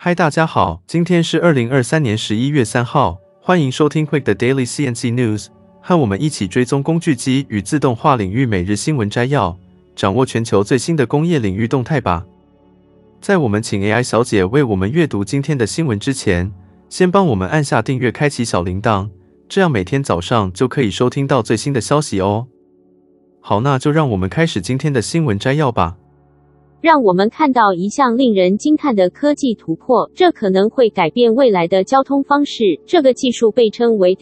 嗨，大家好，今天是2023年11月3号，欢迎收听 Quick 的 Daily CNC News， 和我们一起追踪工具机与自动化领域每日新闻摘要，掌握全球最新的工业领域动态吧。在我们请 AI 小姐为我们阅读今天的新闻之前，先帮我们按下订阅，开启小铃铛，这样每天早上就可以收听到最新的消息哦。好，那就让我们开始今天的新闻摘要吧。 让我们看到一项令人惊叹的科技突破，这可能会改变未来的交通方式。这个技术被称为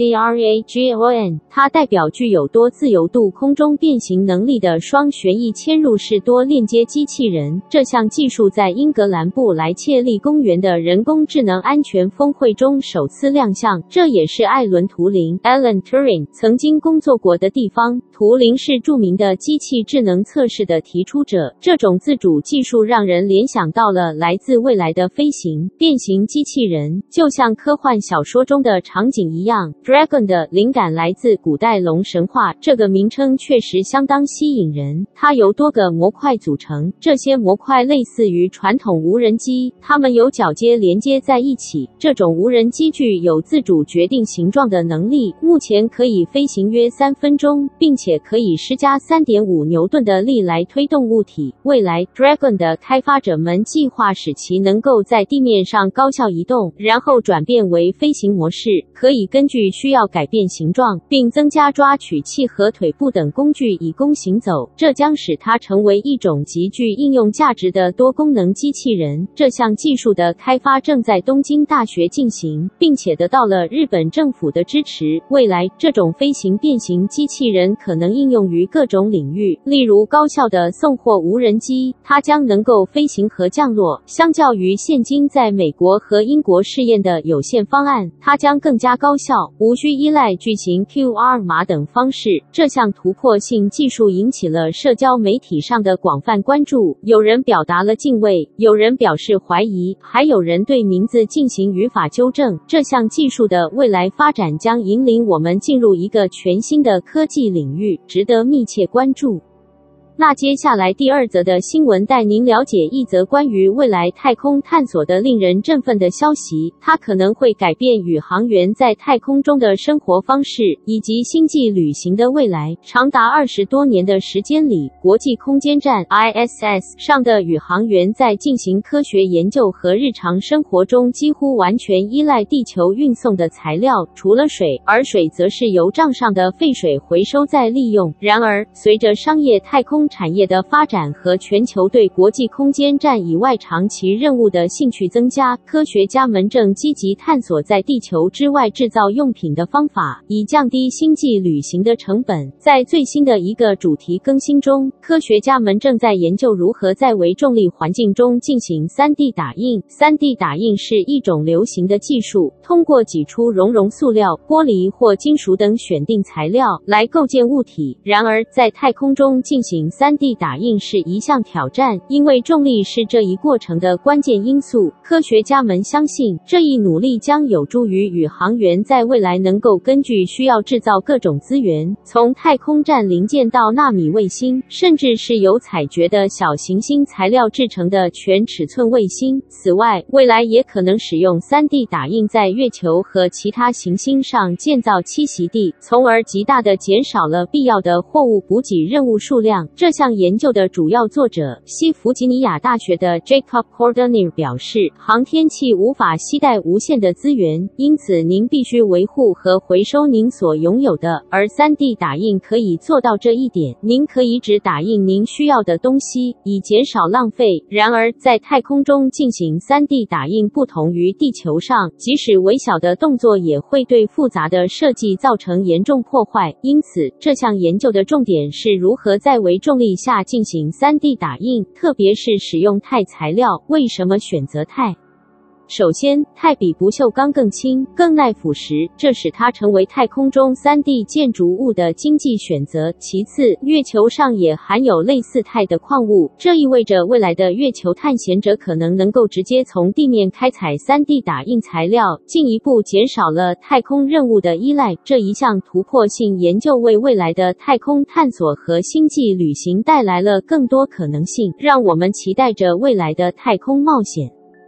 DRAGON， 它代表具有多自由度空中变形能力的双旋翼嵌入式多链接机器人。这项技术在英格兰布莱切利公园的人工智能安全峰会中首次亮相，这也是艾伦·图灵 （Alan Turing） 曾经工作过的地方。图灵是著名的机器智能测试的提出者，这种自主技术让人联想到了来自未来的飞行变形机器人，就像科幻小说中的场景一样。Dragon 的灵感来自古代龙神话，这个名称确实相当吸引人。它由多个模块组成，这些模块类似于传统无人机，它们由铰接连接在一起。这种无人机具有自主决定形状的能力，目前可以飞行约3分钟，并且可以施加 3.5 牛顿的力来推动物体。未来 Dragon 的开发者们计划使其能够在地面上高效移动，然后转变为飞行模式，可以根据需要改变形状，并增加抓取器和腿部等工具以供行走。这将使它成为一种极具应用价值的多功能机器人。这项技术的开发正在东京大学进行，并且得到了日本政府的支持。未来，这种飞行变形机器人可能应用于各种领域，例如高效的送货无人机，它将能够飞行和降落。相较于现今在美国和英国试验的有限方案，它将更加高效，无需依赖巨型 QR 码等方式。这项突破性技术引起了社交媒体上的广泛关注，有人表达了敬畏，有人表示怀疑，还有人对名字进行语法纠正。这项技术的未来发展将引领我们进入一个全新的科技领域，值得密切关注。那接下来第二则的新闻带您了解一则关于未来太空探索的令人振奋的消息，它可能会改变宇航员在太空中的生活方式，以及星际旅行的未来。长达20多年的时间里，国际空间站 ISS 上的宇航员在进行科学研究和日常生活中几乎完全依赖地球运送的材料，除了水，而水则是由账上的废水回收再利用。然而，随着商业太空产业的发展和全球对国际空间站以外长期任务的兴趣增加，科学家们正积极探索在地球之外制造用品的方法，以降低星际旅行的成本。在最新的一个主题更新中，科学家们正在研究如何在微重力环境中进行 3D 打印。3D 打印是一种流行的技术，通过挤出熔塑料、玻璃或金属等选定材料来构建物体。然而，在太空中进行3D 打印是一项挑战，因为重力是这一过程的关键因素。科学家们相信，这一努力将有助于宇航员在未来能够根据需要制造各种资源，从太空站零件到纳米卫星，甚至是由采掘的小行星材料制成的全尺寸卫星。此外，未来也可能使用 3D 打印在月球和其他行星上建造栖息地，从而极大地减少了必要的货物补给任务数量。这项研究的主要作者，西弗吉尼亚大学的 Jacob Cordonier 表示，航天器无法携带无限的资源，因此您必须维护和回收您所拥有的，而 3D 打印可以做到这一点。您可以只打印您需要的东西，以减少浪费。然而，在太空中进行 3D 打印不同于地球上，即使微小的动作也会对复杂的设计造成严重破坏。因此，这项研究的重点是如何在微重力下进行 3D 打印，特别是使用钛材料。为什么选择钛？首先，钛比不锈钢更轻、更耐腐蚀，这使它成为太空中 3D 建筑物的经济选择。其次，月球上也含有类似钛的矿物，这意味着未来的月球探险者可能够直接从地面开采 3D 打印材料，进一步减少了太空任务的依赖。这一项突破性研究为未来的太空探索和星际旅行带来了更多可能性，让我们期待着未来的太空冒险。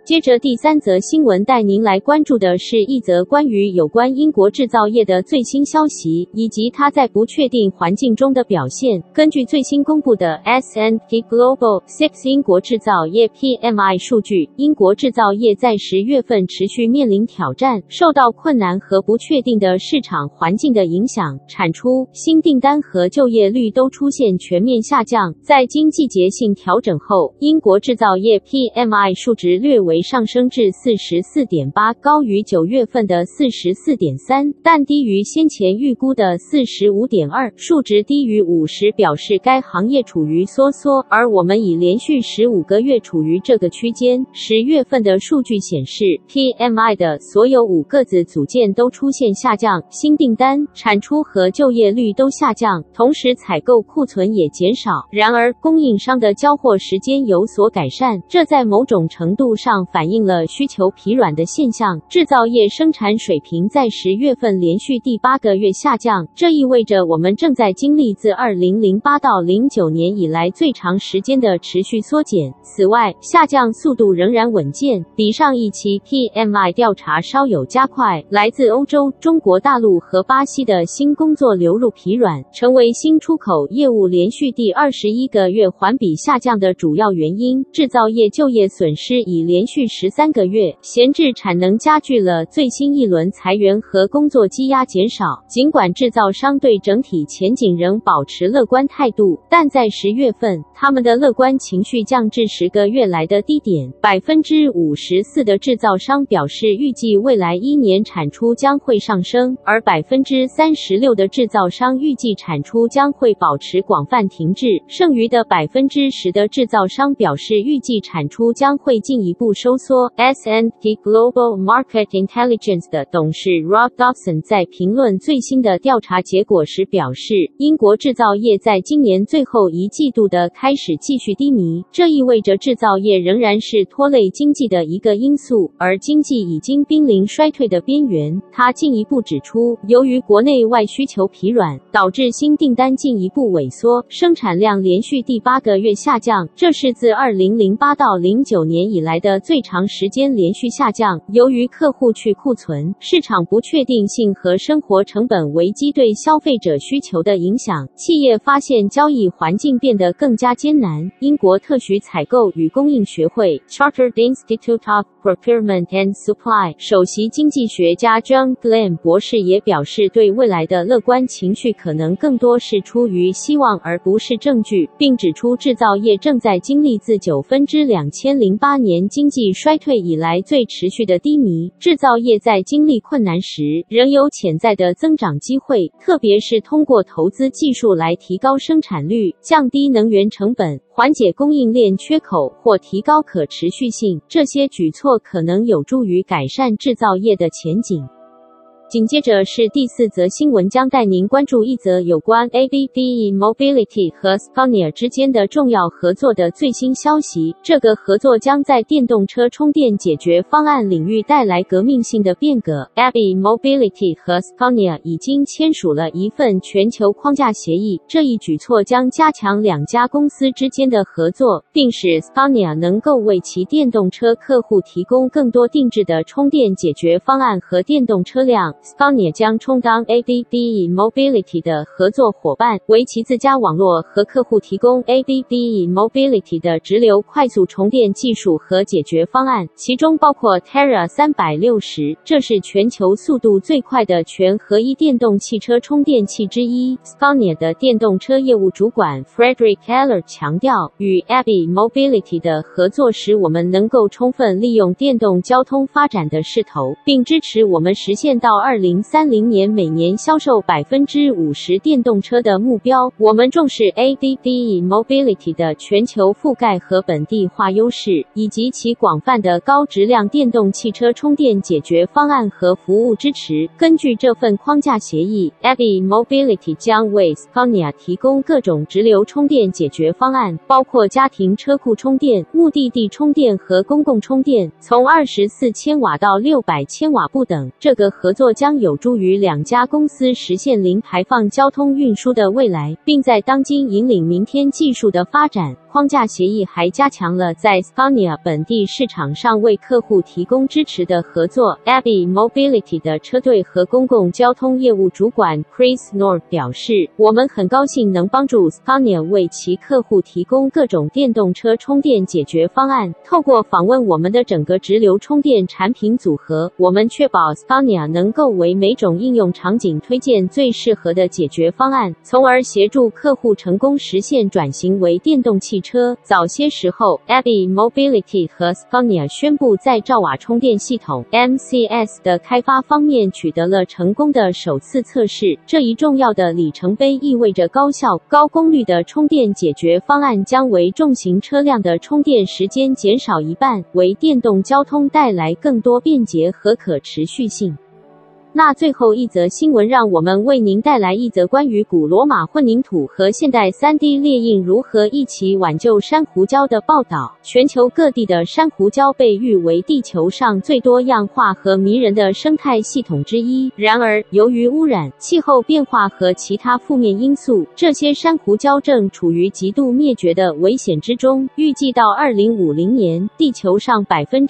接着第三则新闻带您来关注的是一则关于有关英国制造业的最新消息，以及它在不确定环境中的表现。根据最新公布的 S&P Global 6英国制造业 PMI 数据，英国制造业在10月份持续面临挑战，受到困难和不确定的市场环境的影响，产出、新订单和就业率都出现全面下降。在经季节性调整后，英国制造业 PMI 数值略为上升至 44.8， 高于9月份的 44.3， 但低于先前预估的 45.2， 数值低于50表示该行业处于收缩，而我们已连续15个月处于这个区间。10月份的数据显示 ，PMI 的所有5个子组件都出现下降，新订单、产出和就业率都下降，同时采购库存也减少。然而，供应商的交货时间有所改善，这在某种程度上反映了需求疲软的现象。制造业生产水平在10月份连续第8个月下降，这意味着我们正在经历自2008到09年以来最长时间的持续缩减。此外，下降速度仍然稳健，比上一期 PMI 调查稍有加快。来自欧洲、中国大陆和巴西的新工作流入疲软，成为新出口业务连续第21个月环比下降的主要原因。制造业就业损失已连续13个月，闲置产能加剧了最新一轮裁员和工作积压减少。尽管制造商对整体前景仍保持乐观态度，但在10月份，他们的乐观情绪降至10个月来的低点。54%的制造商表示预计未来1年产出将会上升，而36%的制造商预计产出将会保持广泛停滞，剩余的10%的制造商表示预计产出将会进一步收缩。S&P Global Market Intelligence 的董事 Rob Dodson 在评论最新的调查结果时表示，英国制造业在今年最后一季度的开始继续低迷，这意味着制造业仍然是拖累经济的一个因素，而经济已经濒临衰退的边缘。他进一步指出，由于国内外需求疲软，导致新订单进一步萎缩，生产量连续第8个月下降，这是自2008到09年以来的最长时间连续下降。由于客户去库存、市场不确定性和生活成本危机对消费者需求的影响，企业发现交易环境变得更加艰难。英国特许采购与供应学会 Chartered Institute of Procurement and Supply 首席经济学家 John Glenn 博士也表示，对未来的乐观情绪可能更多是出于希望而不是证据，并指出制造业正在经历自2008年经济衰退以来最持续的低迷。制造业在经历困难时仍有潜在的增长机会，特别是通过投资技术来提高生产率、降低能源成本、缓解供应链缺口或提高可持续性，这些举措可能有助于改善制造业的前景。紧接着是第4则新闻，将带您关注一则有关 ABB Mobility 和 Scania 之间的重要合作的最新消息。这个合作将在电动车充电解决方案领域带来革命性的变革。ABB Mobility 和 Scania 已经签署了一份全球框架协议，这一举措将加强2家公司之间的合作，并使 Scania 能够为其电动车客户提供更多定制的充电解决方案和电动车辆。Scania 将充当 ABB Mobility 的合作伙伴，为其自家网络和客户提供 ABB Mobility 的直流快速充电技术和解决方案，其中包括 Terra 360，这是全球速度最快的全合一电动汽车充电器之一。Scania 的电动车业务主管 Frederick Keller 强调，与 ABB Mobility 的合作使我们能够充分利用电动交通发展的势头，并支持我们实现到2030年每年销售50%电动车的目标。我们重视 ABB Mobility 的全球覆盖和本地化优势，以及其广泛的高质量电动汽车充电解决方案和服务支持。根据这份框架协议， ABB Mobility 将为 Scania 提供各种直流充电解决方案，包括家庭车库充电、目的地充电和公共充电，从24千瓦到600千瓦不等。这个合作将有助于2家公司实现零排放交通运输的未来，并在当今引领明天技术的发展， 框架协议还加强了在 Scania 本地市场上为客户提供支持的合作。Abbey Mobility 的车队和公共交通业务主管 Chris Nord 表示，我们很高兴能帮助 Scania 为其客户提供各种电动车充电解决方案。透过访问我们的整个直流充电产品组合，我们确保 Scania 能够为每种应用场景推荐最适合的解决方案，从而协助客户成功实现转型为电动汽车。早些时候 Abbey Mobility 和 Scania 宣布在兆瓦充电系统 MCS 的开发方面取得了成功的首次测试。这一重要的里程碑意味着高效、高功率的充电解决方案将为重型车辆的充电时间减少一半，为电动交通带来更多便捷和可持续性。那最后一则新闻，让我们为您带来一则关于古罗马混凝土和现代 3D 列印如何一起挽救珊瑚礁的报道。全球各地的珊瑚礁被誉为地球上最多样化和迷人的生态系统之一。然而，由于污染、气候变化和其他负面因素，这些珊瑚礁正处于极度灭绝的危险之中。预计到2050年，地球上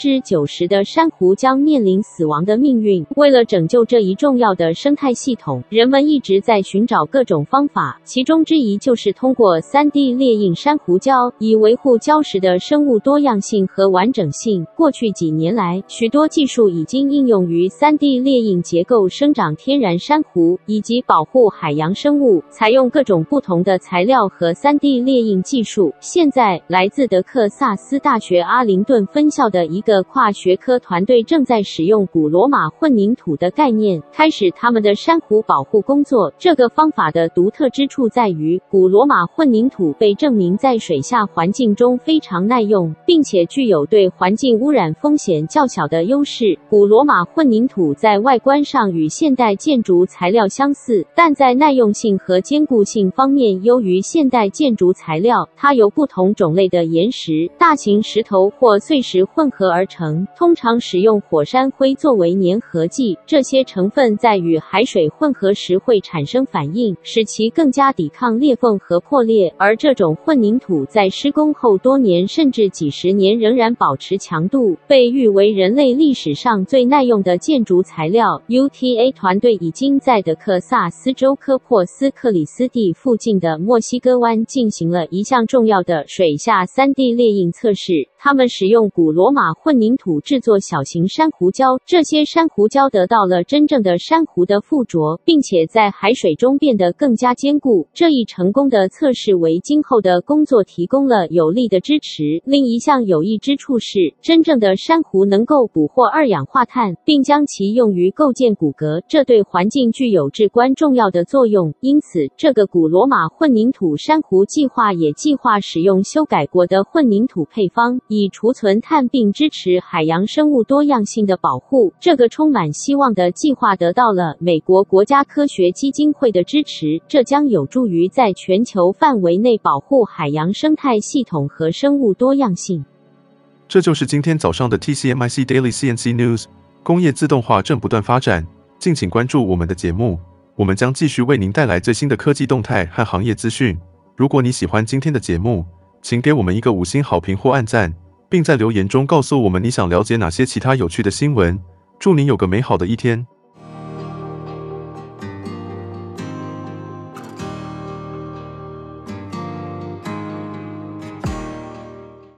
90%的珊瑚将面临死亡的命运。为了拯救这一重要的生态系统，人们一直在寻找各种方法，其中之一就是通过 3D 列印珊瑚礁，以维护礁石的生物多样性和完整性。过去几年来，许多技术已经应用于 3D 列印结构生长天然珊瑚，以及保护海洋生物。采用各种不同的材料和 3D 列印技术。现在，来自德克萨斯大学阿灵顿分校的一个跨学科团队正在使用古罗马混凝土的概念，开始他们的珊瑚保护工作。这个方法的独特之处在于，古罗马混凝土被证明在水下环境中非常耐用，并且具有对环境污染风险较小的优势。古罗马混凝土在外观上与现代建筑材料相似，但在耐用性和坚固性方面优于现代建筑材料。它由不同种类的岩石、大型石头或碎石混合而成，通常使用火山灰作为粘合剂。这些成分在与海水混合时会产生反应，使其更加抵抗裂缝和破裂，而这种混凝土在施工后多年甚至几十年仍然保持强度，被誉为人类历史上最耐用的建筑材料。UTA 团队已经在德克萨斯州科珀斯克里斯蒂附近的墨西哥湾进行了一项重要的水下 3D 列印测试。他们使用古罗马混凝土制作小型珊瑚礁，这些珊瑚礁得到了真正的珊瑚的附着，并且在海水中变得更加坚固。这一成功的测试为今后的工作提供了有力的支持。另一项有益之处是，真正的珊瑚能够捕获二氧化碳，并将其用于构建骨骼，这对环境具有至关重要的作用。因此，这个古罗马混凝土珊瑚计划也计划使用修改过的混凝土配方，以储存碳并支持海洋生物多样性的保护。这个充满希望的计划得到了美国国家科学基金会的支持，这将有助于在全球范围内保护海洋生态系统和生物多样性。 这就是今天早上的 TCMIC Daily CNC News。工业自动化正不断发展，敬请关注我们的节目，我们将继续为您带来最新的科技动态和行业资讯。如果你喜欢今天的节目，请给我们一个5星好评或按赞，并在留言中告诉我们你想了解哪些其他有趣的新闻。祝您有个美好的一天。